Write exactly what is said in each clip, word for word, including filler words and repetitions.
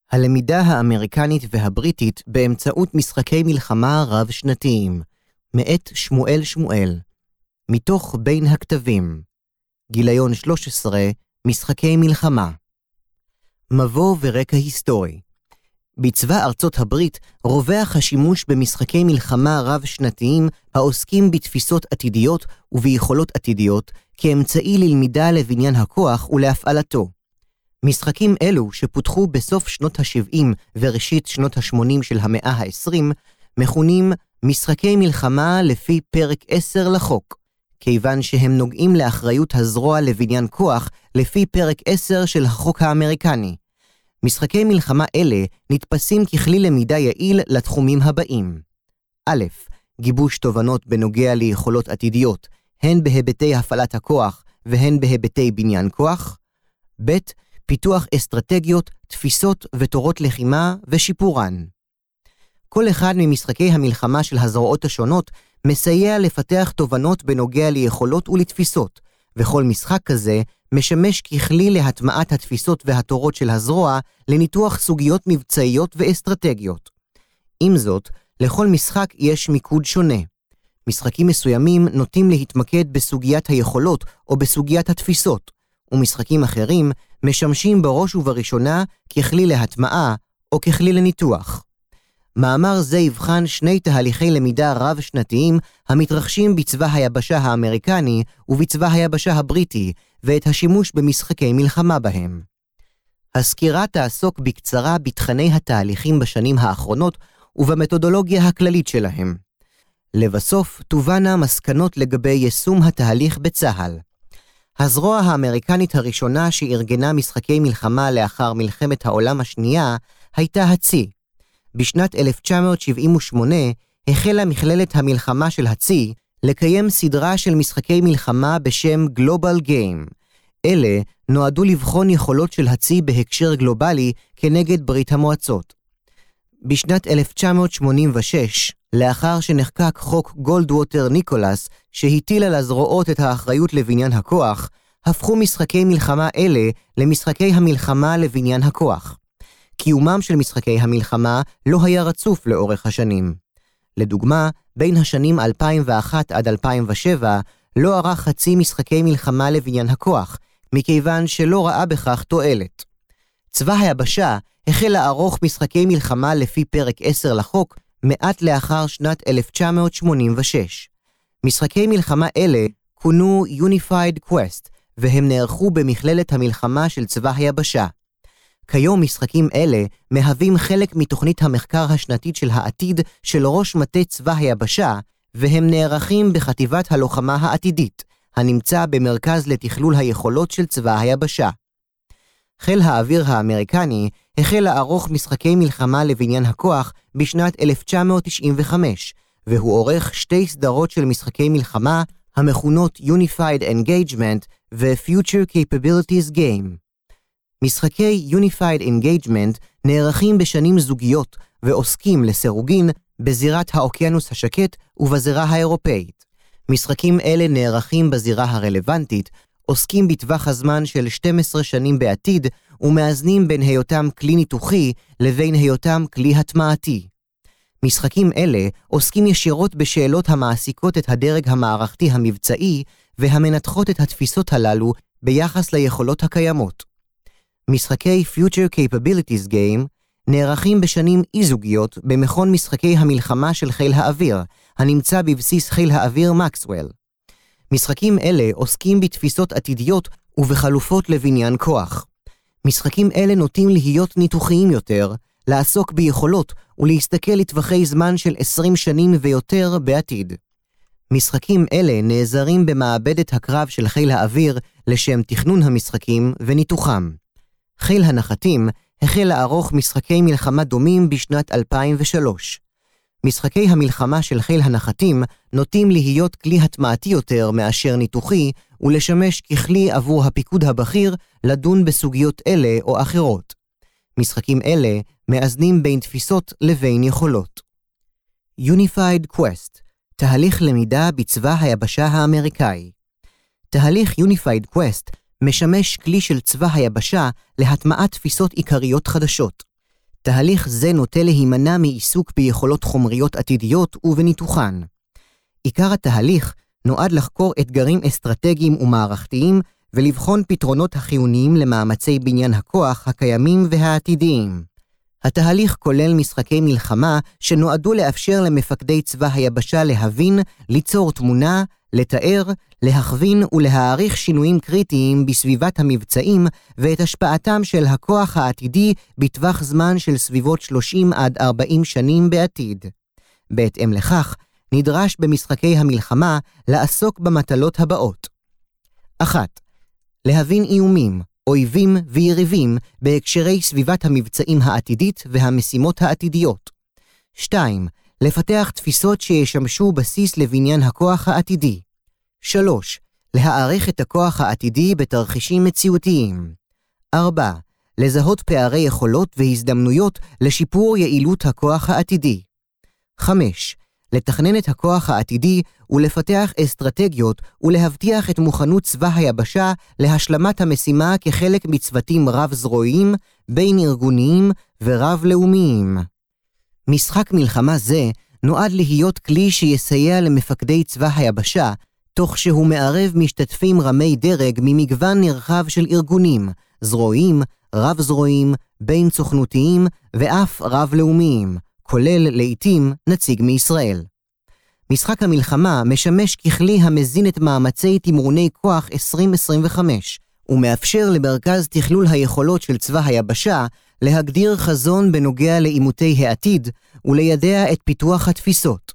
הלמידה האמריקנית והבריטית באמצעות משחקי מלחמה רב-שנתיים, מאת שמואל שמואל, מתוך בין הכתבים, גיליון שלוש עשרה, משחקי מלחמה. מבוא ורקע היסטורי. בצבא ארצות הברית רווח השימוש במשחקי מלחמה רב-שנתיים העוסקים בתפיסות עתידיות וביכולות עתידיות כאמצעי ללמידה לבניין הכוח ולהפעלתו. משחקים אלו שפותחו בסוף שנות ה-שבעים וראשית שנות ה-שמונים של המאה ה-עשרים מכונים משחקי מלחמה לפי פרק עשר לחוק, כיוון שהם נוגעים לאחריות הזרוע לבניין כוח לפי פרק עשר של החוק האמריקני. משחקי מלחמה אלה נתפסים ככלי למידה יעיל לתחומים הבאים. א', גיבוש תובנות בנוגע ליכולות עתידיות, הן בהיבטי הפעלת הכוח והן בהיבטי בניין כוח. ב', פיתוח אסטרטגיות, תפיסות ותורות לחימה ושיפורן. כל אחד ממשחקי המלחמה של הזרועות השונות מסייע לפתח תובנות בנוגע ליכולות ולתפיסות, וכל משחק כזה משמש ככלי להטמעת התפיסות והתורות של הזרוע לניתוח סוגיות מבצעיות ואסטרטגיות. עם זאת, לכל משחק יש מיקוד שונה. משחקים מסוימים נוטים להתמקד בסוגיית היכולות או בסוגיית התפיסות, ומשחקים אחרים משמשים בראש ובראשונה ככלי להטמעה או ככלי לניתוח. מאמר זה יבחן שני תהליכי למידה רב-שנתיים המתרחשים בצבא היבשה האמריקני ובצבא היבשה הבריטי, ואת השימוש במשחקי מלחמה בהם. הסקירה תעסוק בקצרה בתכני התהליכים בשנים האחרונות ובמתודולוגיה הכללית שלהם. לבסוף תובנה מסקנות לגבי יישום התהליך בצה"ל. הזרוע האמריקנית הראשונה שארגנה משחקי מלחמה לאחר מלחמת העולם השנייה הייתה הצי. בשנת אלף תשע מאות שבעים ושמונה החלה מכללת המלחמה של הצי לקיים סדרה של משחקי מלחמה בשם Global Game. אלה נועדו לבחון יכולות של הצי בהקשר גלובלי כנגד ברית המועצות. בשנת אלף תשע מאות שמונים ושש, לאחר שנחקק חוק גולדווטר-ניקולס שהטיל על הזרועות את האחריות לבניין הכוח, הפכו משחקי מלחמה אלה למשחקי המלחמה לבניין הכוח. קיומם של משחקי המלחמה לא היה רצוף לאורך השנים. לדוגמה, בין השנים אלפיים ואחת עד אלפיים ושבע לא ערך חצי משחקי מלחמה לבניין הכוח, מכיוון שלא ראה בכך תועלת. צבא היבשה החל לערוך משחקי מלחמה לפי פרק עשר לחוק מעט לאחר שנת אלף תשע מאות שמונים ושש. משחקי מלחמה אלה כונו Unified Quest, והם נערכו במכללת המלחמה של צבא היבשה. כיום משחקים אלה מהווים חלק מתוכנית המחקר השנתית של העתיד של ראש מטה צבא היבשה, והם נערכים בחטיבת הלוחמה העתידית, הנמצא במרכז לתכלול היכולות של צבא היבשה. חיל האוויר האמריקני החל לערוך משחקי מלחמה לבניין הכוח בשנת אלף תשע מאות תשעים וחמש, והוא עורך שתי סדרות של משחקי מלחמה המכונות Unified Engagement ו-Future Capabilities Game. משחקי Unified Engagement נערכים בשנים זוגיות ועוסקים לסירוגין בזירת האוקיינוס השקט ובזירה האירופאית. משחקים אלה נערכים בזירה הרלוונטית, עוסקים בטווח הזמן של שתים עשרה שנים בעתיד ומאזנים בין היותם כלי ניתוחי לבין היותם כלי הטמעתי. משחקים אלה עוסקים ישירות בשאלות המעסיקות את הדרג המערכתי המבצעי והמנתחות את התפיסות הללו ביחס ליכולות הקיימות. משחקי Future Capabilities Game נערכים בשנים אי-זוגיות במכון משחקי המלחמה של חיל האוויר, הנמצא בבסיס חיל האוויר מקסוול. משחקים אלה עוסקים בתפיסות עתידיות ובחלופות לבניין כוח. משחקים אלה נוטים להיות ניתוחיים יותר, לעסוק ביכולות ולהסתכל לטווחי זמן של עשרים שנים ויותר בעתיד. משחקים אלה נעזרים במעבדת הקרב של חיל האוויר לשם תכנון המשחקים וניתוחם. חיל הנחתים החל לערוך משחקי מלחמה דומים בשנת אלפיים ושלוש. משחקי המלחמה של חיל הנחתים נוטים להיות כלי הטמעתי יותר מאשר ניתוחי ולשמש ככלי עבור הפיקוד הבכיר לדון בסוגיות אלה או אחרות. משחקים אלה מאזנים בין תפיסות לבין יכולות. Unified Quest, תהליך למידה בצבא היבשה האמריקאי. תהליך Unified Quest משמש כלי של צבא היבשה להטמעת תפיסות עיקריות חדשות. תהליך זה נוטה להימנע מעיסוק ביכולות חומריות עתידיות ובניתוחן. עיקר התהליך נועד לחקור אתגרים אסטרטגיים ומערכתיים ולבחון פתרונות החיוניים למאמצי בניין הכוח הקיימים והעתידיים. התהליך כולל משחקי מלחמה שנועדו לאפשר למפקדי צבא היבשה להבין, ליצור תמונה, לתאר, להכווין ולהעריך שינויים קריטיים בסביבת המבצעים ואת השפעתם של הכוח העתידי בטווח זמן של סביבות שלושים עד ארבעים שנים בעתיד. בהתאם לכך, נדרש במשחקי המלחמה לעסוק במטלות הבאות. אחת. להבין איומים, אויבים ויריבים בהקשרי סביבת המבצעים העתידית והמשימות העתידיות. שתיים. לפתח תפיסות שישמשו בסיס לבניין הכוח העתידי. שלוש. להעריך את הכוח העתידי בתרחישים מציאותיים. ארבע. לזהות פערי יכולות והזדמנויות לשיפור יעילות הכוח העתידי. חמש. לתכנן את הכוח העתידי ולפתח אסטרטגיות ולהבטיח את מוכנות צבא היבשה להשלמת המשימה כחלק מצוותים רב-זרועיים, בין-ארגוניים ורב-לאומיים. משחק מלחמה זה נועד להיות כלי שיסייע למפקדי צבא היבשה, תוך שהוא מערב משתתפים רמי דרג ממגוון נרחב של ארגונים, זרועיים, רב-זרועיים, בין-סוכנותיים ואף רב-לאומיים, כולל לעתים נציג מישראל. משחק המלחמה משמש ככלי המזין את מאמצי תמרוני כוח עשרים עשרים וחמש, ומאפשר למרכז תכלול היכולות של צבא היבשה להגדיר חזון בנוגע לעימותי העתיד וליידע את פיתוח התפיסות.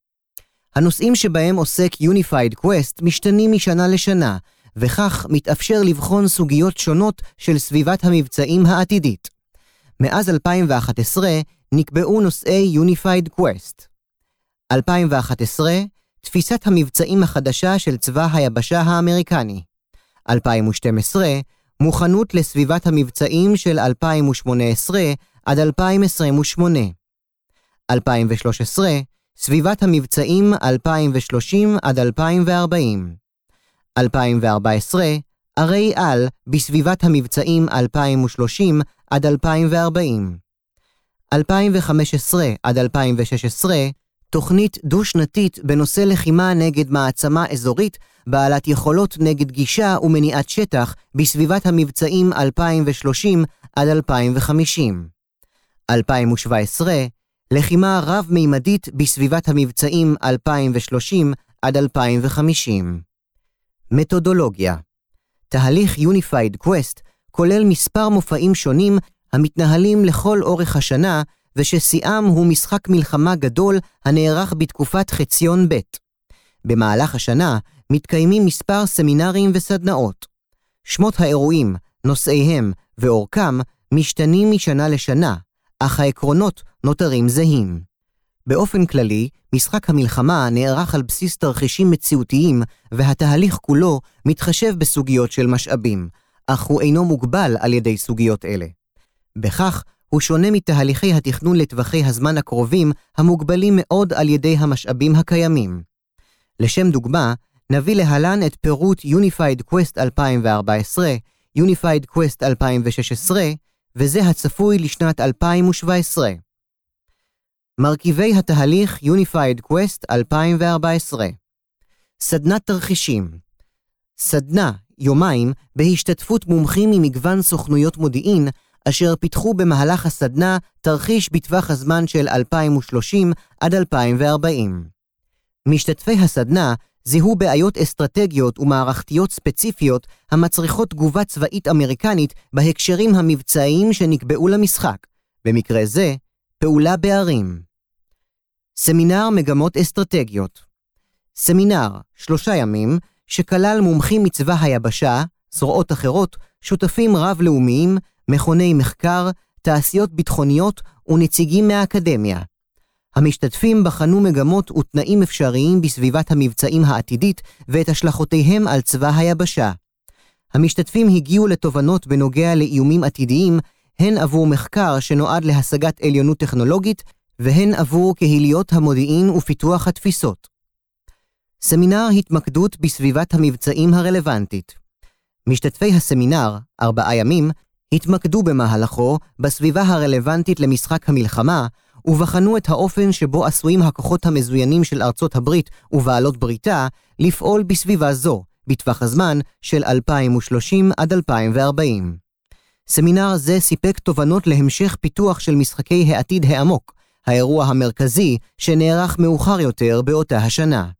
הנושאים שבהם עוסק Unified Quest משתנים משנה לשנה, וכך מתאפשר לבחון סוגיות שונות של סביבת המבצעים העתידית. מאז אלפיים ואחת עשרה נקבעו נושאי Unified Quest. אלפיים ואחת עשרה, תפיסת המבצעים החדשה של צבא היבשה האמריקני. אלפיים ושתים עשרה, מוכנות לסביבת המבצעים של אלפיים ושמונה עשרה עד אלפיים עשרים ושמונה. אלפיים ושלוש עשרה, סביבת המבצעים אלפיים ושלושים עד אלפיים וארבעים. אלפיים וארבע עשרה, ערי על בסביבת המבצעים אלפיים ושלושים עד אלפיים וארבעים. אלפיים וחמש עשרה עד אלפיים ושש עשרה, תוכנית דו-שנתית בנושא לחימה נגד מעצמה אזורית בעלת יכולות נגד גישה ומניעת שטח בסביבת המבצעים אלפיים ושלושים עד אלפיים וחמישים. אלפיים ושבע עשרה, לחימה רב-מימדית בסביבת המבצעים אלפיים ושלושים עד אלפיים וחמישים. מתודולוגיה. תהליך Unified Quest כולל מספר מופעים שונים המתנהלים לכל אורך השנה, וששיאם הוא משחק מלחמה גדול הנערך בתקופת חציון ב'. במהלך השנה מתקיימים מספר סמינרים וסדנאות. שמות האירועים, נושאיהם ואורכם משתנים משנה לשנה, אך העקרונות נותרים זהים. באופן כללי, משחק המלחמה נערך על בסיס תרחישים מציאותיים, והתהליך כולו מתחשב בסוגיות של משאבים, אך הוא אינו מוגבל על ידי סוגיות אלה. בכך, הוא שונה מתהליכי התכנון לטווחי הזמן הקרובים המוגבלים מאוד על ידי המשאבים הקיימים. לשם דוגמה, נביא להלן את פירוט Unified Quest אלפיים וארבע עשרה, Unified Quest אלפיים ושש עשרה, וזה הצפוי לשנת אלפיים ושבע עשרה. מרכיבי התהליך Unified Quest אלפיים וארבע עשרה. סדנת תרחישים. סדנה, יומיים, בהשתתפות מומחים ממגוון סוכנויות מודיעין, אשר פיתחו במהלך הסדנה תרחיש בטווח הזמן של אלפיים ושלושים עד אלפיים וארבעים. משתתפי הסדנה זיהו בעיות אסטרטגיות ומערכתיות ספציפיות המצריכות תגובה צבאית אמריקנית בהקשרים המבצעיים שנקבעו למשחק, במקרה זה, פעולה בערים. סמינר מגמות אסטרטגיות. סמינר, שלושה ימים, שכלל מומחים מצבא היבשה, זרועות אחרות, שותפים רב-לאומיים, מכוני מחקר, תעשיות ביטחוניות ונציגים מהאקדמיה. המשתתפים בחנו מגמות ותנאים אפשריים בסביבת המבצעים העתידית ואת השלכותיהם על צבא היבשה. המשתתפים הגיעו לתובנות בנוגע לאיומים עתידיים, הן עבור מחקר שנועד להשגת עליונות טכנולוגית, והן עבור קהיליות המודיעין ופיתוח התפיסות. סמינר התמקדות בסביבת המבצעים הרלוונטית. משתתפי הסמינר, ארבעה ימים, התמקדו במהלכו בסביבה הרלוונטית למשחק המלחמה, ובחנו את האופן שבו עשויים הכוחות המזוינים של ארצות הברית ובעלות בריתה לפעול בסביבה זו, בטווח הזמן של אלפיים ושלושים עד אלפיים וארבעים. סמינר זה סיפק תובנות להמשך פיתוח של משחקי העתיד העמוק, האירוע המרכזי שנערך מאוחר יותר באותה השנה.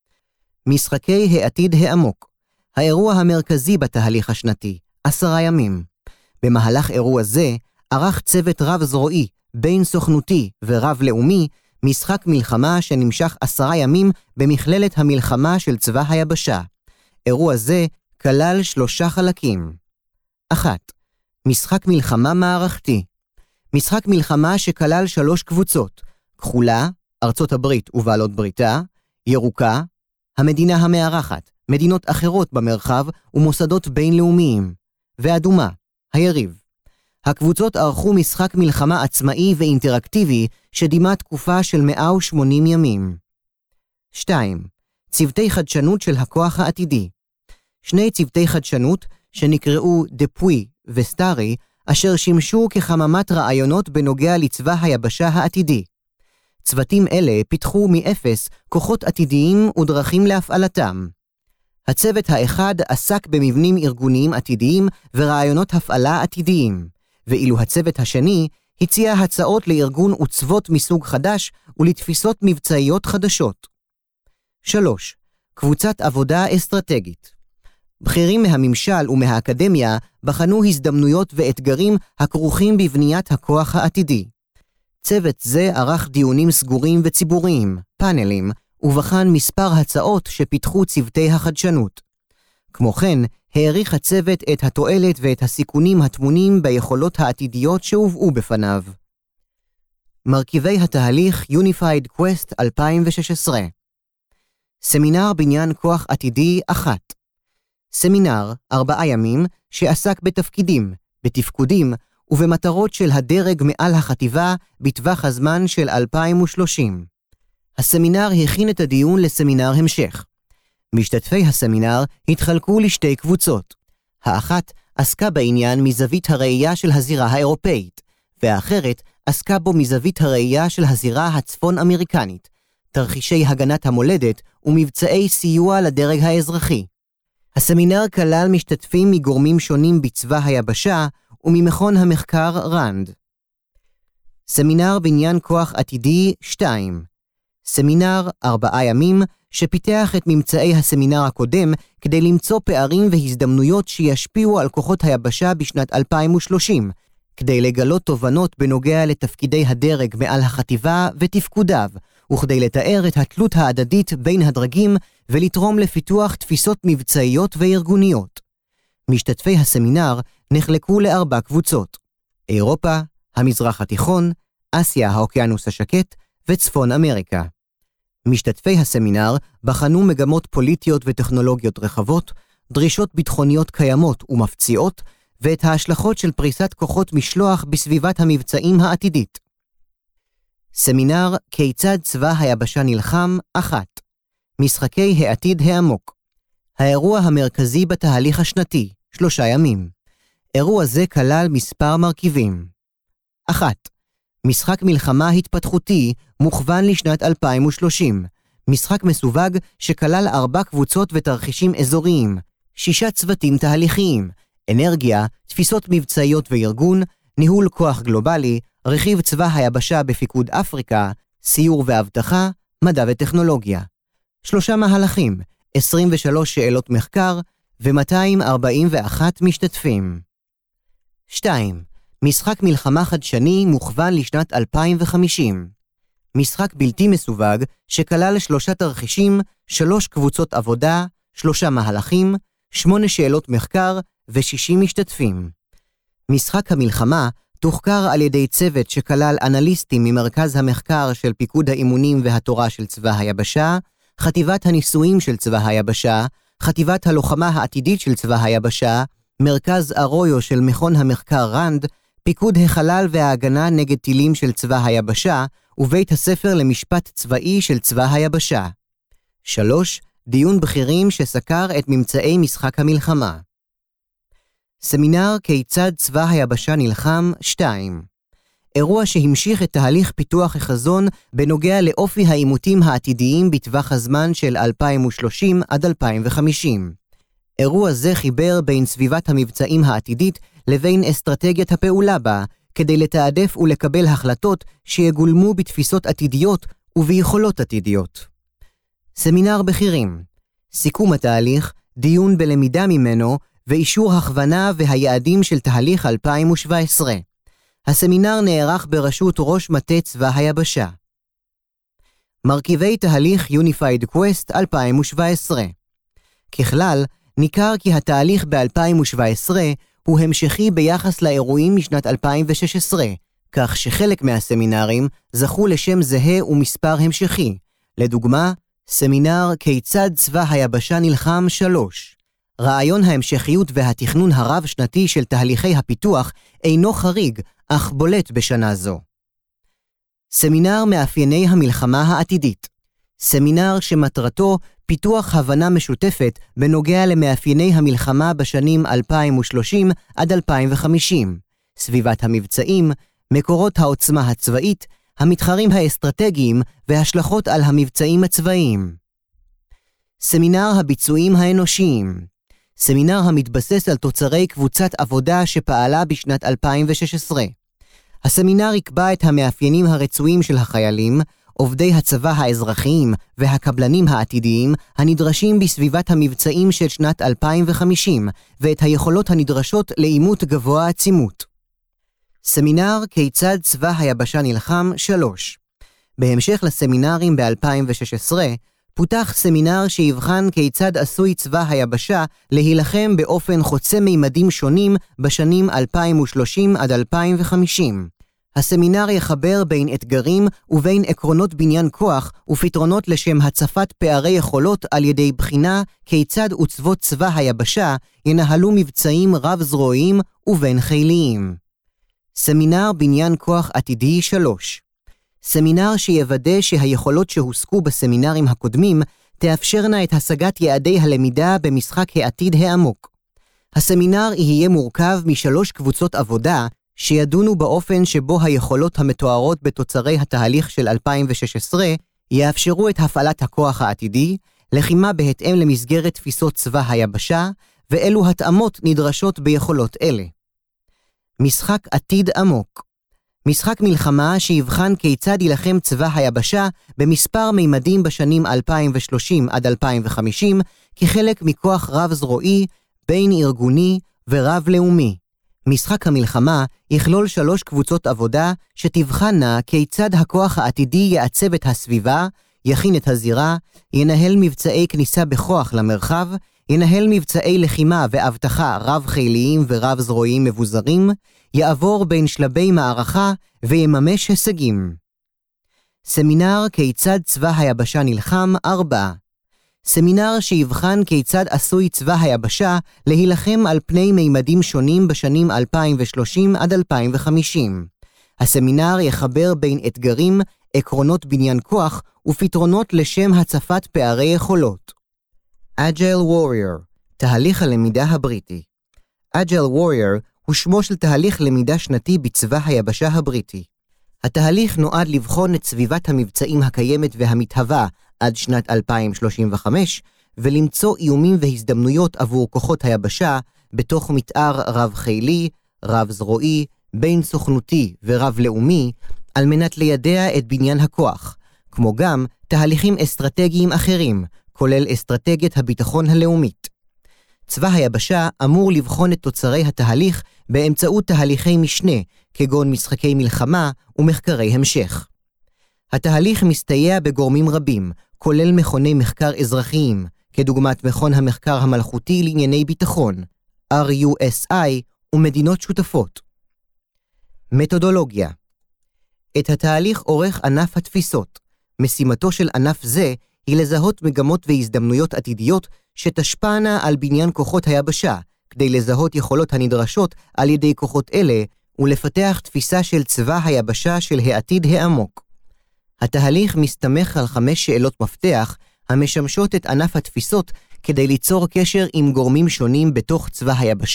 משחקי העתיד העמוק, האירוע המרכזי בתהליך השנתי, עשרה ימים. במהלך אירוע זה ערך צוות רב-זרועי, בין סוכנותי ורב-לאומי, משחק מלחמה שנמשך עשרה ימים במכללת המלחמה של צבא היבשה. אירוע זה כלל שלושה חלקים. אחת. משחק מלחמה מערכתי. משחק מלחמה שכלל שלוש קבוצות, כחולה, ארצות הברית ובעלות בריתה, ירוקה, המדינה המארחת, מדינות אחרות במרחב ומוסדות בינלאומיים, ואדומה, היריב. הקבוצות ערכו משחק מלחמה עצמאי ואינטראקטיבי שדימה תקופה של מאה ושמונים ימים. שתיים. צוותי חדשנות של הכוח העתידי. שני צוותי חדשנות שנקראו דפוי וסטארי, אשר שימשו כחממת רעיונות בנוגע לצבא היבשה העתידי. צוותים אלה פיתחו מאפס כוחות עתידיים ודרכים להפעלתם. הצוות האחד עסק במבנים ארגוניים עתידיים ורעיונות הפעלה עתידיים, ואילו הצוות השני הציע הצעות לארגון עוצבות מסוג חדש ולתפיסות מבצעיות חדשות. שלוש. קבוצת עבודה אסטרטגית. בכירים מהממשל ומהאקדמיה בחנו הזדמנויות ואתגרים הכרוכים בבניית הכוח העתידי. צוות זה ערך דיונים סגורים וציבוריים, פאנלים, ובחן מספר הצעות שפיתחו צוותי החדשנות. כמו כן, העריך הצוות את התועלת ואת הסיכונים הטמונים ביכולות העתידיות שהובאו בפניו. מרכיבי התהליך Unified Quest אלפיים ושש עשרה. סמינר בניין כוח עתידי אחת. סמינר ארבעה ימים שעסק בתפקידים, בתפקודים ובמטרות של הדרג מעל החטיבה בטווח הזמן של אלפיים ושלושים. הסמינר הכין את הדיון לסמינר המשך. משתתפי הסמינר התחלקו לשתי קבוצות. האחת עסקה בעניין מזווית הראייה של הזירה האירופאית, והאחרת עסקה בו מזווית הראייה של הזירה הצפון-אמריקנית, תרחישי הגנת המולדת ומבצעי סיוע לדרג האזרחי. הסמינר כלל משתתפים מגורמים שונים בצבא היבשה וממכון המחקר רנד. סמינר בניין כוח עתידי שתיים. סמינר ארבעה ימים שפיתח את ממצאי הסמינר הקודם כדי למצוא פערים והזדמנויות שישפיעו על כוחות היבשה בשנת אלפיים ושלושים, כדי לגלות תובנות בנוגע לתפקידי הדרג מעל החטיבה ותפקודיו, וכדי לתאר את התלות ההדדית בין הדרגים ולתרום לפיתוח תפיסות מבצעיות וארגוניות. משתתפי הסמינר נחלקו לארבע קבוצות: אירופה, המזרח התיכון, אסיה, האוקיינוס השקט וצפון אמריקה. משתתפי הסמינר בחנו מגמות פוליטיות וטכנולוגיות רחבות, דרישות ביטחוניות קיימות ומפציעות, ואת ההשלכות של פריסת כוחות משלוח בסביבת המבצעים העתידית. סמינר כיצד צבא היבשה נלחם אחת. משחקי העתיד העמוק. האירוע המרכזי בתהליך השנתי, שלושה ימים. אירוע זה כלל מספר מרכיבים. אחת. משחק מלחמה התפתחותי מוכוון לשנת אלפיים ושלושים. משחק מסווג שכלל ארבע קבוצות ותרחישים אזוריים, שישה צוותים תהליכיים, אנרגיה, תפיסות מבצעיות וארגון, ניהול כוח גלובלי, רכיב צבא היבשה בפיקוד אפריקה, סיור ואבטחה, מדע וטכנולוגיה. שלושה מהלכים, עשרים ושלוש שאלות מחקר ו-מאתיים ארבעים ואחת משתתפים. שתיים. משחק מלחמה חדשני מוכוון לשנת אלפיים וחמישים. משחק בלתי מסווג שכלל שלושה תרחישים, שלוש קבוצות עבודה, שלושה מהלכים, שמונה שאלות מחקר ו-שישים משתתפים. משחק המלחמה תוחקר על ידי צוות שכלל אנליסטים ממרכז המחקר של פיקוד האימונים והתורה של צבא היבשה, חטיבת הניסויים של צבא היבשה, חטיבת הלוחמה העתידית של צבא היבשה, מרכז ארויו של מכון המחקר רנד, פיקוד החלל וההגנה נגד טילים של צבא היבשה, ובית הספר למשפט צבאי של צבא היבשה. שלוש. דיון בכירים שסקר את ממצאי משחק המלחמה. סמינר כיצד צבא היבשה נלחם שתיים. אירוע שהמשיך את תהליך פיתוח החזון בנוגע לאופי העימותים העתידיים בטווח הזמן של אלפיים ושלושים עד אלפיים וחמישים. אירוע זה חיבר בין סביבת המבצעים העתידית לבין אסטרטגיית הפעולה בה, כדי לתעדף ולקבל החלטות שיגולמו בתפיסות עתידיות וביכולות עתידיות. סמינר בכירים. סיכום התהליך, דיון בלמידה ממנו ואישור הכוונה והיעדים של תהליך אלפיים שבע עשרה. הסמינר נערך בראשות ראש מטה צבא היבשה. מרכיבי תהליך Unified Quest אלפיים שבע עשרה. ככלל, ניכר כי התהליך ב-אלפיים שבע עשרה הוא המשכי ביחס לאירועים משנת אלפיים ושש עשרה, כך שחלק מהסמינרים זכו לשם זהה ומספר המשכי. לדוגמה, סמינר כיצד צבא היבשה נלחם שלוש. רעיון ההמשכיות והתכנון הרב-שנתי של תהליכי הפיתוח אינו חריג, אך בולט בשנה זו. סמינר מאפייני המלחמה העתידית. סמינר שמטרתו פיתוח הבנה משותפת בנוגע למאפייני המלחמה בשנים אלפיים ושלושים עד אלפיים וחמישים, סביבת המבצעים, מקורות העוצמה הצבאית, המתחרים האסטרטגיים והשלכות על המבצעים הצבאיים. סמינר הביצועים האנושיים. סמינר המתבסס על תוצרי קבוצת עבודה שפעלה בשנת אלפיים ושש עשרה. הסמינר יקבע את המאפיינים הרצויים של החיילים, עובדי הצבא האזרחיים והקבלנים העתידיים הנדרשים בסביבת המבצעים של שנת אלפיים וחמישים, ואת היכולות הנדרשות לאימות גבוה עצימות. סמינר כיצד צבא היבשה נלחם שלוש. בהמשך לסמינרים ב-אלפיים ושש עשרה, פותח סמינר שיבחן כיצד עשוי צבא היבשה להילחם באופן חוצה מימדים שונים בשנים אלפיים ושלושים עד אלפיים וחמישים. הסמינר יחבר בין אתגרים ובין עקרונות בניין כוח ופתרונות לשם הצפת פערי יכולות על ידי בחינה כיצד עוצבות צבא היבשה ינהלו מבצעים רב-זרועיים ובין חיליים. סמינר בניין כוח עתידי שלוש. סמינר שיוודא שהיכולות שהוסקו בסמינרים הקודמים תאפשרנה את השגת יעדי הלמידה במשחק העתיד העמוק. הסמינר יהיה מורכב משלוש קבוצות עבודה שידונו באופן שבו היכולות המתוארות בתוצרי התהליך של אלפיים ושש עשרה יאפשרו את הפעלת הכוח העתידי, לחימה בהתאם למסגרת תפיסות צבא היבשה, ואילו התאמות נדרשות ביכולות אלה. משחק עתיד עמוק. משחק מלחמה שיבחן כיצד ילחם צבא היבשה במספר מימדים בשנים אלפיים ושלושים עד אלפיים וחמישים כחלק מכוח רב-זרועי, בין ארגוני ורב-לאומי. משחק המלחמה יכלול שלוש קבוצות עבודה שתבחנה כיצד הכוח העתידי יעצב את הסביבה, יכין את הזירה, ינהל מבצעי כניסה בכוח למרחב, ינהל מבצעי לחימה ואבטחה רב-חיליים ורב-זרועיים מבוזרים, יעבור בין שלבי מערכה ויממש הישגים. סמינר כיצד צבא היבשה נלחם ארבע. סמינר שיבחן כיצד עשוי צבא היבשה להילחם על פני מימדים שונים בשנים אלפיים ושלושים עד אלפיים וחמישים. הסמינר יחבר בין אתגרים, עקרונות בניין כוח ופתרונות לשם הצפת פערי יכולות. Agile Warrior, תהליך הלמידה הבריטי. Agile Warrior הוא שמו של תהליך למידה שנתי בצבא היבשה הבריטי. התהליך נועד לבחון את סביבת המבצעים הקיימת והמתהווה עד שנת אלפיים שלושים וחמש, ולמצוא איומים והזדמנויות עבור כוחות היבשה בתוך מתאר רב-חילי, רב-זרועי, בין סוכנותי ורב-לאומי, על מנת לידע את בניין הכוח, כמו גם תהליכים אסטרטגיים אחרים, כולל אסטרטגיית הביטחון הלאומית. צבא היבשה אמור לבחון את תוצרי התהליך באמצעות תהליכי משנה, כגון משחקי מלחמה ומחקרי המשך. התהליך מסתייע בגורמים רבים, כולל מכוני מחקר אזרחיים, כדוגמת מכון המחקר המלכותי לענייני ביטחון, אר יו אס איי, ומדינות שותפות. מתודולוגיה. את התהליך עורך ענף התפיסות. משימתו של ענף זה היא לזהות מגמות והזדמנויות עתידיות שתשפענה על בניין כוחות היבשה, כדי לזהות יכולות הנדרשות על ידי כוחות אלה, ולפתח תפיסה של צבא היבשה של העתיד העמוק. התהליך מסתמך על חמש שאלות מפתח, המשמשות את ענף התפיסות כדי ליצור קשר עם גורמים שונים בתוך צבא היבשה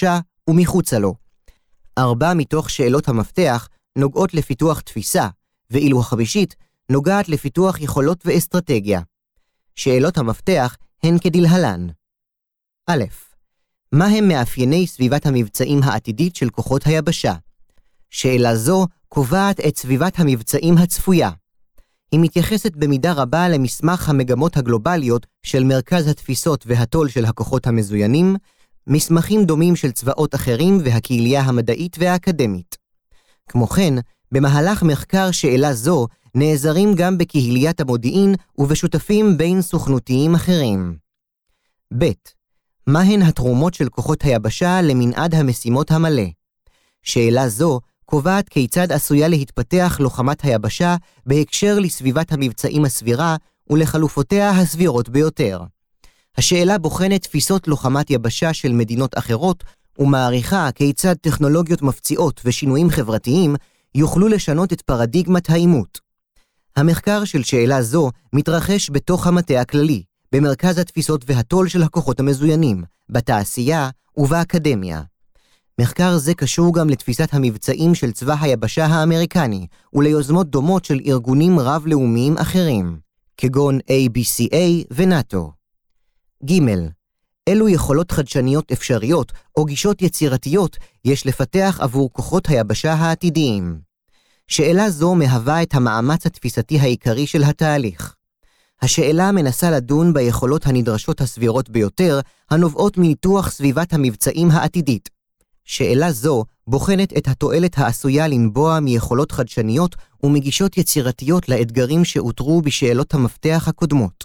ומחוצה לו. ארבע מתוך שאלות המפתח נוגעות לפיתוח תפיסה, ואילו החמישית נוגעת לפיתוח יכולות ואסטרטגיה. שאלות המפתח הן כדלהלן. א', מה הם מאפייני סביבת המבצעים העתידית של כוחות היבשה? שאלה זו קובעת את סביבת המבצעים הצפויה. היא מתייחסת במידה רבה למסמך המגמות הגלובליות של מרכז התפיסות והתול של הכוחות המזוינים, מסמכים דומים של צבאות אחרים והקהילייה המדעית והאקדמית. כמו כן, במהלך מחקר שאלה זו נעזרים גם בקהיליית המודיעין ובשותפים בין סוכנותיים אחרים. ב', מהן התרומות של כוחות היבשה למנעד המשימות המלא? שאלה זו קובעת כיצד עשויה להתפתח לוחמת היבשה בהקשר לסביבת המבצעים הסבירה ולחלופותיה הסבירות ביותר. השאלה בוחנת תפיסות לוחמת יבשה של מדינות אחרות ומעריכה כיצד טכנולוגיות מפציעות ושינויים חברתיים יוכלו לשנות את פרדיגמת האימות. המחקר של שאלה זו מתרחש בתוך המטה הכללי, במרכז התפיסות והתול של הכוחות המזוינים, בתעשייה ובאקדמיה. מחקר זה קשור גם לתפיסת המבצעים של צבא היבשה האמריקני וליוזמות דומות של ארגונים רב-לאומיים אחרים, כגון A B C A ונאטו. ג', אילו יכולות חדשניות אפשריות או גישות יצירתיות יש לפתח עבור כוחות היבשה העתידיים? שאלה זו מהווה את המאמץ התפיסתי העיקרי של התהליך. השאלה מנסה לדון ביכולות הנדרשות הסבירות ביותר הנובעות מניתוח סביבת המבצעים העתידית. שאלה זו בוחנת את התועלת העשויה לנבוע מיכולות חדשניות ומגישות יצירתיות לאתגרים שאותרו בשאלות המפתח הקודמות.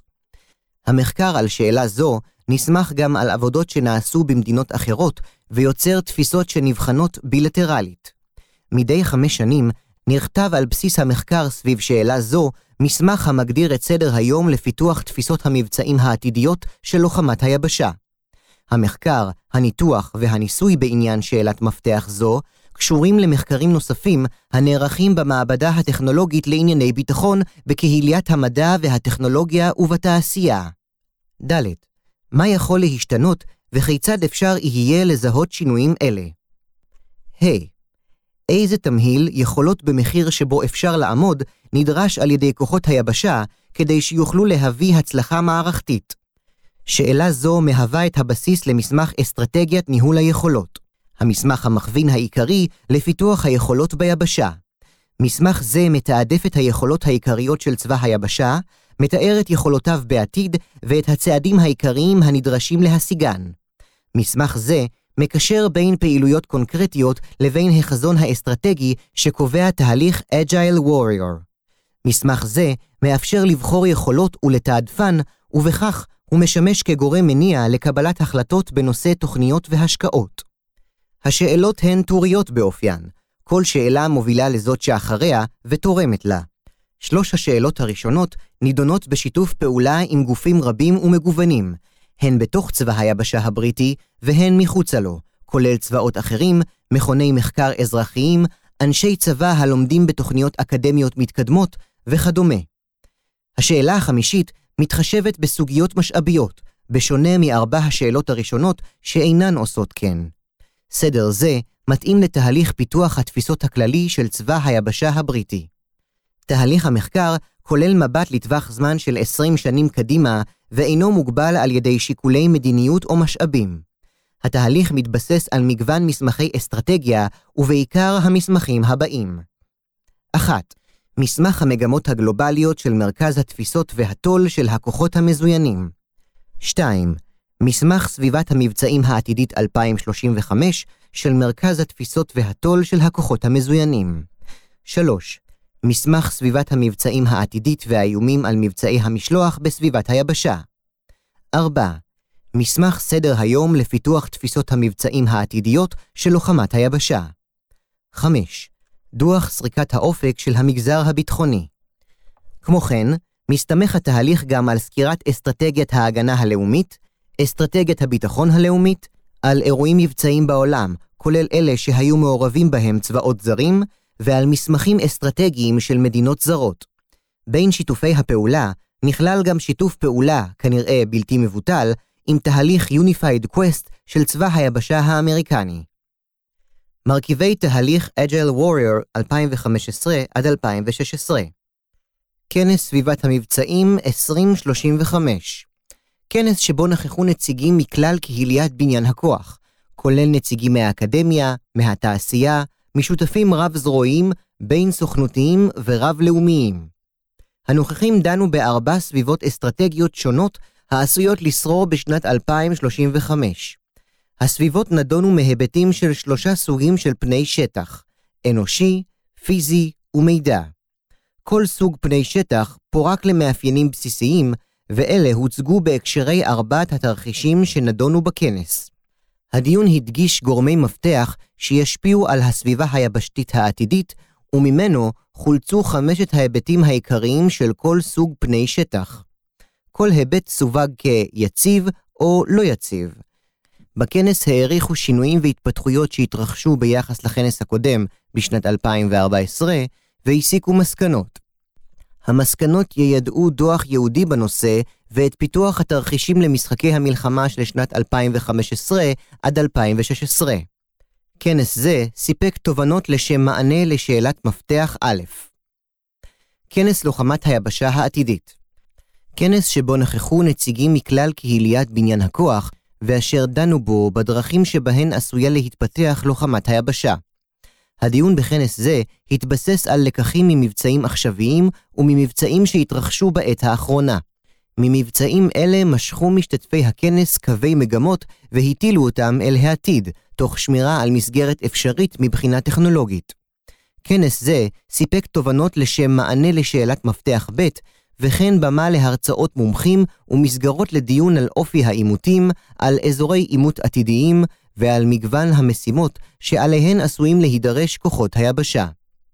המחקר על שאלה זו נסמך גם על עבודות שנעשו במדינות אחרות ויוצר תפיסות שנבחנות בילטרלית. מדי חמש שנים נכתב על בסיס המחקר סביב שאלה זו מסמך המגדיר את סדר היום לפיתוח תפיסות המבצעים העתידיות של לוחמת היבשה. המחקר, הניתוח והניסוי בעניין שאלת מפתח זו קשורים למחקרים נוספים הנערכים במעבדה הטכנולוגית לענייני ביטחון בקהיליית המדע והטכנולוגיה ובתעשייה. ד', מה יכול להשתנות וכיצד אפשר יהיה לזהות שינויים אלה? ה', איזה תמהיל יכולות במחיר שבו אפשר לעמוד נדרש על ידי כוחות היבשה כדי שיוכלו להביא הצלחה מערכתית? שאלה זו מהווה את הבסיס למסמך אסטרטגיית ניהול היכולות, המסמך המכווין העיקרי לפיתוח היכולות ביבשה. מסמך זה מתעדף את היכולות העיקריות של צבא היבשה, מתאר את יכולותיו בעתיד ואת הצעדים העיקריים הנדרשים להשיגן. מסמך זה מקשר בין פעילויות קונקרטיות לבין החזון האסטרטגי שקובע תהליך Agile Warrior. מסמך זה מאפשר לבחור יכולות ולתעדפן, ובכך הוא משמש כגורם מניע לקבלת החלטות בנושא תוכניות והשקעות. השאלות הן טוריות באופיין, כל שאלה מובילה לזאת שאחריה ותורמת לה. שלוש השאלות הראשונות נידונות בשיתוף פעולה עם גופים רבים ומגוונים, הן בתוך צבא היבשה הבריטי והן מחוצה לו, כולל צבאות אחרים, מכוני מחקר אזרחיים, אנשי צבא הלומדים בתוכניות אקדמיות מתקדמות וכדומה. השאלה החמישית מתחשבת בסוגיות משאביות, בשונה מארבע השאלות הראשונות שאינן עושות כן. סדר זה מתאים לתהליך פיתוח התפיסות הכללי של צבא היבשה הבריטי. תהליך המחקר כולל מבט לטווח זמן של עשרים שנים קדימה, ואינו מוגבל על ידי שיקולי מדיניות או משאבים. התהליך מתבסס על מגוון מסמכי אסטרטגיה, ובעיקר המסמכים הבאים. אחת. מסמך המגמות הגלובליות של מרכז התפיסות והתול של הכוחות המזוינים. שתיים. מסמך סביבת המבצעים העתידית אלפיים שלושים וחמש של מרכז התפיסות והתול של הכוחות המזוינים. שלוש. מסמך סביבת המבצעים העתידית והאיומים על מבצעי המשלוח בסביבת היבשה. ארבע. מסמך סדר היום לפיתוח תפיסות המבצעים העתידיות של לוחמת היבשה. חמש. דוח סריקת האופק של המגזר הביטחוני. כמו כן, מסתמך התהליך גם על סקירת אסטרטגיית ההגנה הלאומית, אסטרטגיית הביטחון הלאומית, על אירועים מבצעיים בעולם, כולל אלה שהיו מעורבים בהם צבאות זרים, ועל מסמכים אסטרטגיים של מדינות זרות. בין שיתופי הפעולה נכלל גם שיתוף פעולה, כנראה בלתי מבוטל, עם תהליך Unified Quest של צבא היבשה האמריקני. מרכיבי תהליך Agile Warrior אלפיים וחמש עשרה עד אלפיים ושש עשרה. כנס סביבת המבצעים עשרים שלושים וחמש. כנס שבו נכחו נציגים מכלל קהיליית בניין הכוח, כולל נציגים מהאקדמיה, מהתעשייה, משותפים רב-זרועיים, בין סוכנותיים ורב-לאומיים. הנוכחים דנו בארבע סביבות אסטרטגיות שונות העשויות לשרור בשנת אלפיים שלושים וחמש. הסביבות נדונו מהיבטים של שלושה סוגים של פני שטח, אנושי, פיזי ומידע. כל סוג פני שטח פורק למאפיינים בסיסיים, ואלה הוצגו בהקשרי ארבעת התרחישים שנדונו בכנס. הדיון הדגיש גורמי מפתח שישפיעו על הסביבה היבשתית העתידית, וממנו חולצו חמשת ההיבטים העיקריים של כל סוג פני שטח. כל היבט סווג כיציב או לא יציב. בכנס העריכו שינויים והתפתחויות שהתרחשו ביחס לכנס הקודם בשנת אלפיים וארבע עשרה, והסיקו מסקנות. המסקנות יידעו דוח ייעודי בנושא ואת פיתוח התרחישים למשחקי המלחמה של שנת אלפיים וחמש עשרה עד אלפיים ושש עשרה. כנס זה סיפק תובנות לשם מענה לשאלת מפתח א'. כנס לוחמת היבשה העתידית. כנס שבו נכחו נציגים מכלל קהיליית בניין הכוח, ואשר דנו בו בדרכים שבהן עשויה להתפתח לוחמת היבשה. הדיון בכנס זה התבסס על לקחים ממבצעים עכשוויים וממבצעים שהתרחשו בעת האחרונה. ממבצעים אלה משכו משתתפי הכנס קווי מגמות והטילו אותם אל העתיד, תוך שמירה על מסגרת אפשרית מבחינה טכנולוגית. כנס זה סיפק תובנות לשם מענה לשאלת מפתח ב', וכן במה להרצאות מומחים ומסגרות לדיון על אופי העימותים, על אזורי עימות עתידיים ועל מגוון המשימות שעליהן עשויים להידרש כוחות היבשה.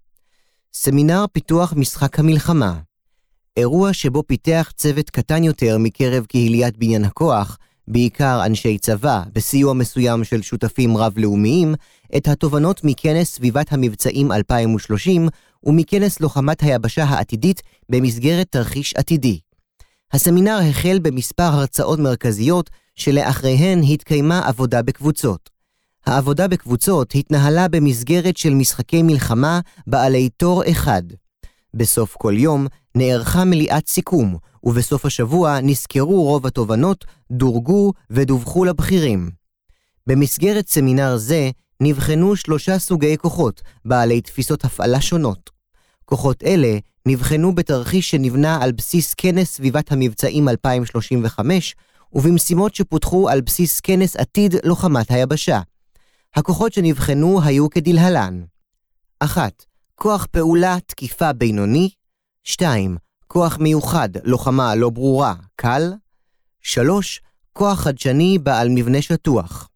סמינר פיתוח משחק המלחמה. אירוע שבו פיתח צוות קטן יותר מקרב קהיליית בניין הכוח, בעיקר אנשי צבא, בסיוע מסוים של שותפים רב-לאומיים, את התובנות מכנס סביבת המבצעים אלפיים ושלושים ומכנס לוחמת היבשה העתידית במסגרת תרחיש עתידי. הסמינר החל במספר הרצאות מרכזיות שלאחריהן התקיימה עבודה בקבוצות. העבודה בקבוצות התנהלה במסגרת של משחקי מלחמה בעלי תור אחד. בסוף כל יום נערכה מליאת סיכום, ובסוף השבוע נזכרו רוב התובנות, דורגו ודווחו לבכירים. במסגרת סמינר זה נבחנו שלושה סוגי כוחות, בעלי תפיסות הפעלה שונות. כוחות אלה נבחנו בתרחיש שנבנה על בסיס כנס סביבת המבצעים אלפיים שלושים וחמש, ובמשימות שפותחו על בסיס כנס עתיד לוחמת היבשה. הכוחות שנבחנו היו כדלהלן. אחת. כוח פעולה תקיפה בינוני. שתיים. כוח מיוחד לוחמה לא ברורה, קל. שלוש. כוח חדשני בעל מבנה שטוח.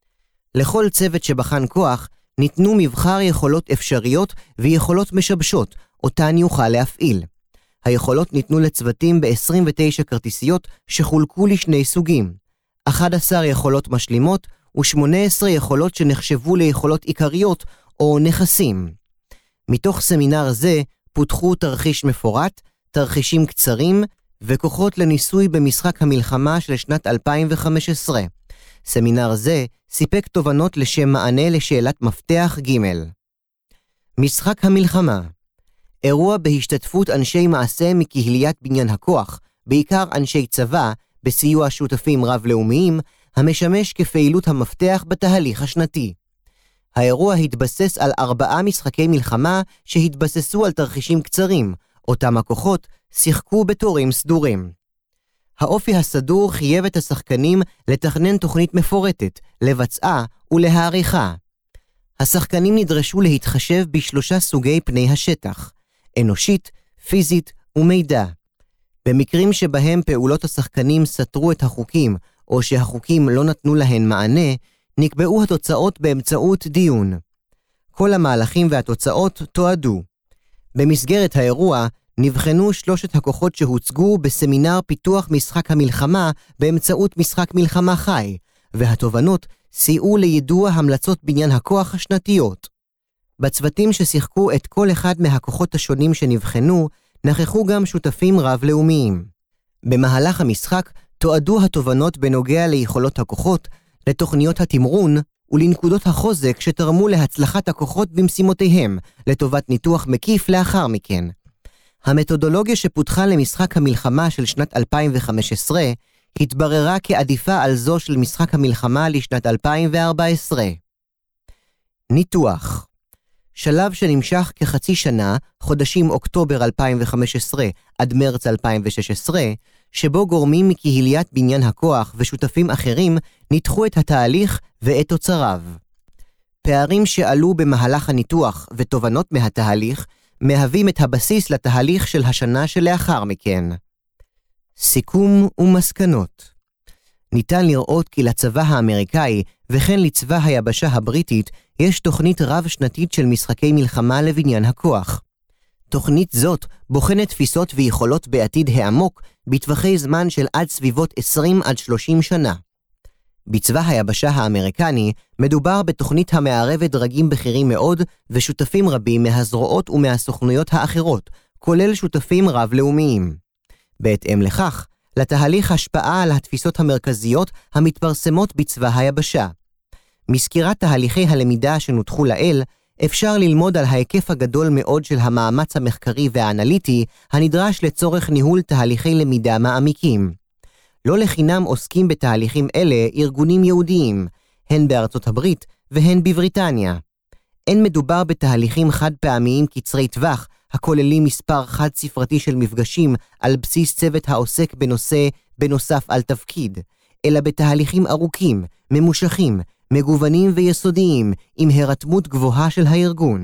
לכל צוות שבחן כוח ניתנו מבחר יכולות אפשריות ויכולות משבשות, אותן יוכל להפעיל. היכולות ניתנו לצוותים ב-עשרים ותשע כרטיסיות שחולקו לשני סוגים, אחת עשרה יכולות משלימות ו-שמונה עשרה יכולות שנחשבו ליכולות עיקריות או נכסים. מתוך סמינר זה פותחו תרחיש מפורט, תרחישים קצרים וכוחות לניסוי במשחק המלחמה של שנת אלפיים וחמש עשרה. סמינר זה סיפק תובנות לשם מענה לשאלת מפתח ג'. משחק המלחמה. אירוע בהשתתפות אנשי מעשה מקהיליית בניין הכוח, בעיקר אנשי צבא, בסיוע שותפים רב-לאומיים, המשמש כפעילות המפתח בתהליך השנתי. האירוע התבסס על ארבעה משחקי מלחמה שהתבססו על תרחישים קצרים, אותם הכוחות שיחקו בתורים סדורים. האופי הסדור חייב את השחקנים לתכנן תוכנית מפורטת, לבצעה ולהעריכה. השחקנים נדרשו להתחשב בשלושה סוגי פני השטח, אנושית, פיזית ומידע. במקרים שבהם פעולות השחקנים סתרו את החוקים, או שהחוקים לא נתנו להן מענה, נקבעו התוצאות באמצעות דיון. כל המהלכים והתוצאות תועדו. במסגרת האירוע נבחנו שלושת הכוחות שהוצגו בסמינר פיתוח משחק המלחמה באמצעות משחק מלחמה חי, והתובנות סייעו לידוע המלצות בניין הכוח השנתיות. בצוותים ששיחקו את כל אחד מהכוחות השונים שנבחנו, נכחו גם שותפים רב-לאומיים. במהלך המשחק תועדו התובנות בנוגע ליכולות הכוחות, לתוכניות התמרון ולנקודות החוזק שתרמו להצלחת הכוחות במשימותיהם, לטובת ניתוח מקיף לאחר מכן. המתודולוגיה שפותחה למשחק המלחמה של שנת אלפיים וחמש עשרה התבררה כעדיפה על זו של משחק המלחמה לשנת אלפיים וארבע עשרה. ניתוח שלב שנמשך כחצי שנה, חודשים אוקטובר אלפיים וחמש עשרה עד מרץ אלפיים ושש עשרה, שבו גורמים מקהיליית בניין הכוח ושותפים אחרים ניתחו את התהליך ואת תוצריו. פערים שעלו במהלך הניתוח ותובנות מהתהליך מהווים את הבסיס לתהליך של השנה שלאחר מכן. סיכום ומסקנות. ניתן לראות כי לצבא האמריקאי וכן לצבא היבשה הבריטית יש תוכנית רב-שנתית של משחקי מלחמה לבניין הכוח. תוכנית זאת בוחנת תפיסות ויכולות בעתיד העמוק בטווחי זמן של עד סביבות עשרים עד שלושים שנה. בצבא היבשה האמריקני מדובר בתוכנית המערבת דרגים בכירים מאוד ושותפים רבים מהזרועות ומהסוכנויות האחרות, כולל שותפים רב-לאומיים. בהתאם לכך, לתהליך השפעה על התפיסות המרכזיות המתפרסמות בצבא היבשה. מסקירת תהליכי הלמידה שנותחו לאל, אפשר ללמוד על ההיקף הגדול מאוד של המאמץ המחקרי והאנליטי הנדרש לצורך ניהול תהליכי למידה מעמיקים. לא לחינם עוסקים בתהליכים אלה ארגונים יהודיים, הן בארצות הברית והן בבריטניה. אין מדובר בתהליכים חד פעמיים קצרי טווח, הכוללים מספר חד ספרתי של מפגשים על בסיס צוות העוסק בנושא בנוסף על תפקיד, אלא בתהליכים ארוכים, ממושכים, מגוונים ויסודיים, עם הרתמות גבוהה של הארגון.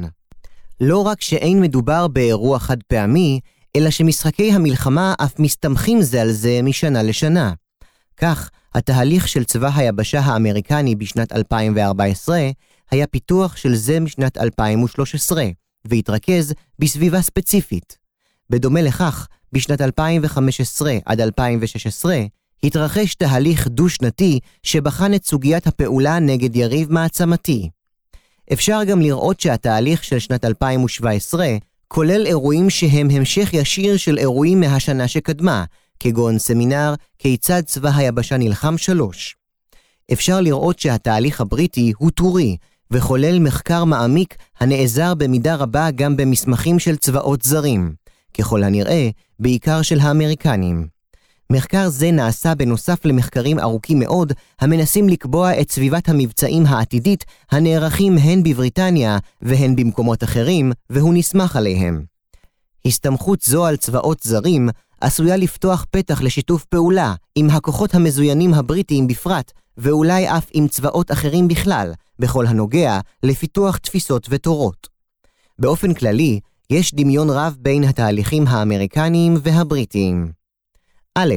לא רק שאין מדובר באירוע חד פעמי, אלא שמשחקי המלחמה אף מסתמכים זה על זה משנה לשנה. כך, התהליך של צבא היבשה האמריקני בשנת אלפיים וארבע עשרה היה פיתוח של זה משנת אלפיים ושלוש עשרה, והתרכז בסביבה ספציפית. בדומה לכך, בשנת אלפיים וחמש עשרה עד אלפיים ושש עשרה, התרחש תהליך דו-שנתי שבחן את סוגיית הפעולה נגד יריב מעצמתי. אפשר גם לראות שהתהליך של שנת אלפיים ושבע עשרה כולל אירועים שהם המשך ישיר של אירועים מהשנה שקדמה, כגון סמינר כיצד צבא היבשה נלחם שלוש. אפשר לראות שהתהליך הבריטי הוא טורי, וכולל מחקר מעמיק הנעזר במידה רבה גם במסמכים של צבאות זרים, ככל הנראה בעיקר של האמריקנים. מחקר זה נעשה בנוסף למחקרים ארוכים מאוד המנסים לקבוע את סביבת המבצעים העתידית הנערכים הן בבריטניה והן במקומות אחרים, והוא נסמך עליהם. הסתמכות זו על צבאות זרים עשויה לפתוח פתח לשיתוף פעולה עם הכוחות המזוינים הבריטיים בפרט, ואולי אף עם צבאות אחרים בכלל, בכל הנוגע לפיתוח תפיסות ותורות. באופן כללי, יש דמיון רב בין התהליכים האמריקניים והבריטיים. א',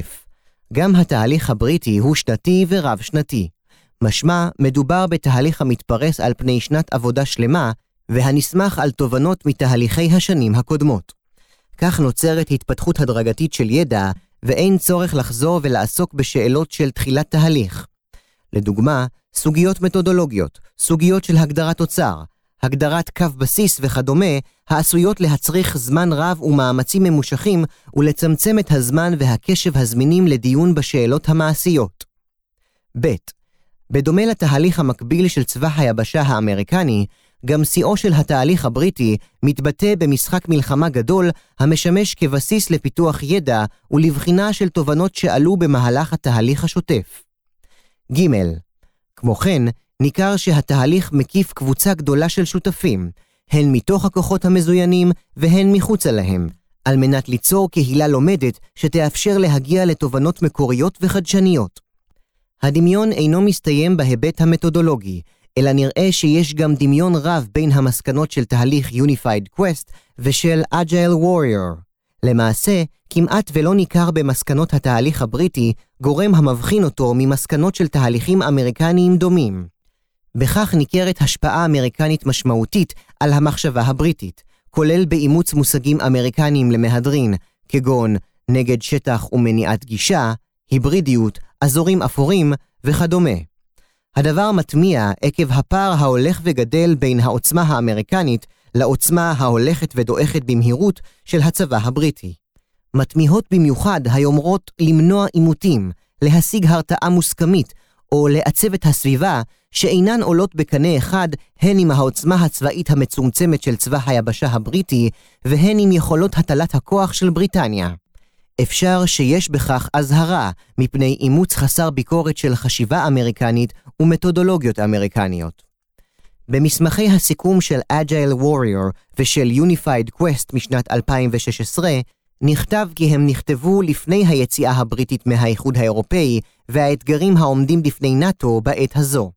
גם התהליך הבריטי הוא שנתי ורב שנתי. משמע, מדובר בתהליך המתפרס על פני שנת עבודה שלמה, והנסמך על תובנות מתהליכי השנים הקודמות. כך נוצרת התפתחות הדרגתית של ידע, ואין צורך לחזור ולעסוק בשאלות של תחילת תהליך. לדוגמה, סוגיות מתודולוגיות, סוגיות של הגדרת תוצר, הגדרת קו בסיס וכדומה, העשויות להצריך זמן רב ומאמצים ממושכים ולצמצם את הזמן והקשב הזמינים לדיון בשאלות המעשיות. ב' בדומה לתהליך המקביל של צבא היבשה האמריקני, גם שיאו של התהליך הבריטי מתבטא במשחק מלחמה גדול המשמש כבסיס לפיתוח ידע ולבחינה של תובנות שעלו במהלך התהליך השוטף. ג' כמו כן, ניכר שהתהליך מקיף קבוצה גדולה של שותפים, הן מתוך הכוחות המזוינים והן מחוצה להם, על מנת ליצור קהילה לומדת שתאפשר להגיע לתובנות מקוריות וחדשניות. הדמיון אינו מסתיים בהיבט המתודולוגי, אלא נראה שיש גם דמיון רב בין המסקנות של תהליך Unified Quest ושל Agile Warrior. למעשה, כמעט ולא ניכר במסקנות התהליך הבריטי גורם המבחין אותו ממסקנות של תהליכים אמריקניים דומים. בכך ניכרת השפעה אמריקנית משמעותית על המחשבה הבריטית, כולל באימוץ מושגים אמריקניים למהדרין, כגון נגד שטח ומניעת גישה, היברידיות, אזורים אפורים וכדומה. הדבר מטמיע עקב הפער ההולך וגדל בין העוצמה האמריקנית לעוצמה ההולכת ודועכת במהירות של הצבא הבריטי. מטמיעות במיוחד היומרות למנוע עימותים, להשיג הרתעה מוסכמית, או לעצב את הסביבה שאינן עולות בקנה אחד הן עם העוצמה הצבאית המצומצמת של צבא היבשה הבריטי, והן עם יכולות הטלת הכוח של בריטניה. אפשר שיש בכך אזהרה מפני אימוץ חסר ביקורת של חשיבה אמריקנית ומתודולוגיות אמריקניות. במסמכי הסיכום של Agile Warrior ושל Unified Quest משנת אלפיים ושש עשרה, נכתב כי הם נכתבו לפני היציאה הבריטית מהאיחוד האירופאי והאתגרים העומדים בפני נאט"ו בעת הזו.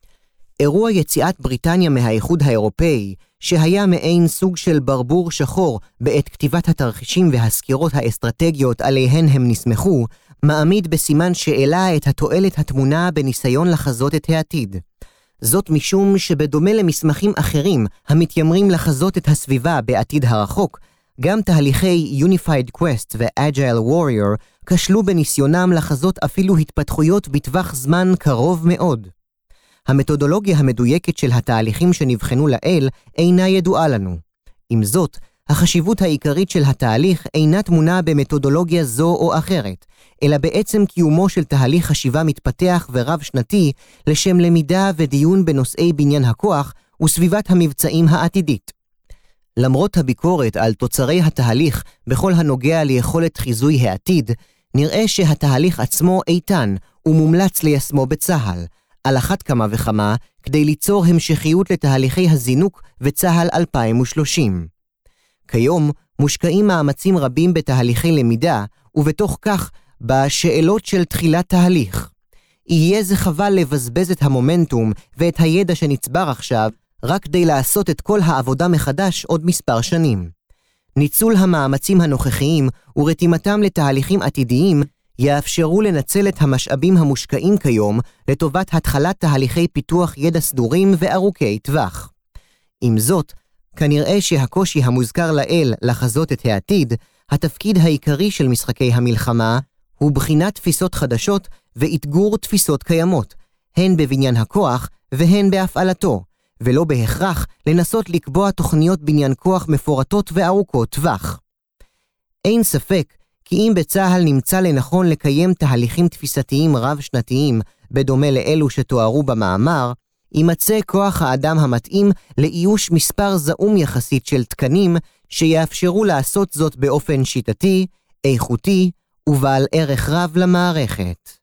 אירוע יציאת בריטניה מהאיחוד האירופאי, שהיה מעין סוג של ברבור שחור בעת כתיבת התרחישים והסקירות האסטרטגיות עליהן הם נסמכו, מעמיד בסימן שאלה את התועלת התמונה בניסיון לחזות את העתיד. זאת משום שבדומה למסמכים אחרים המתיימרים לחזות את הסביבה בעתיד הרחוק, גם תהליכי Unified Quest ו-Agile Warrior כשלו בניסיונם לחזות אפילו התפתחויות בטווח זמן קרוב מאוד. המתודולוגיה המדויקת של התהליכים שנבחנו לאל אינה ידועה לנו. עם זאת, החשיבות העיקרית של התהליך אינה תמונה במתודולוגיה זו או אחרת, אלא בעצם קיומו של תהליך חשיבה מתפתח ורב שנתי לשם למידה ודיון בנושאי בניין הכוח וסביבת המבצעים העתידית. למרות הביקורת על תוצרי התהליך בכל הנוגע ליכולת חיזוי העתיד, נראה שהתהליך עצמו איתן ומומלץ ליישמו בצה"ל, על אחת כמה וכמה כדי ליצור המשכיות לתהליכי הזינוק וצה"ל אלפיים ושלושים. כיום מושקעים מאמצים רבים בתהליכי למידה, ובתוך כך בשאלות של תחילת תהליך. יהיה זה חבל לבזבז את המומנטום ואת הידע שנצבר עכשיו, רק כדי לעשות את כל העבודה מחדש עוד מספר שנים. ניצול המאמצים הנוכחיים ורתימתם לתהליכים עתידיים יאפשרו לנצל את המשאבים המושקעים כיום לטובת התחלת תהליכי פיתוח ידע סדורים וארוכי טווח. עם זאת, כנראה שהקושי המוזכר לאל לחזות את העתיד, התפקיד העיקרי של משחקי המלחמה, הוא בחינת תפיסות חדשות ואתגור תפיסות קיימות, הן בבניין הכוח והן בהפעלתו, ולא בהכרח לנסות לקבוע תוכניות בניין כוח מפורטות וארוכות טווח. אין ספק כי אם בצה"ל נמצא לנכון לקיים תהליכים תפיסתיים רב-שנתיים, בדומה לאלו שתוארו במאמר, יימצא כוח האדם המתאים לאיוש מספר זעום יחסית של תקנים שיאפשרו לעשות זאת באופן שיטתי, איכותי ובעל ערך רב למערכת.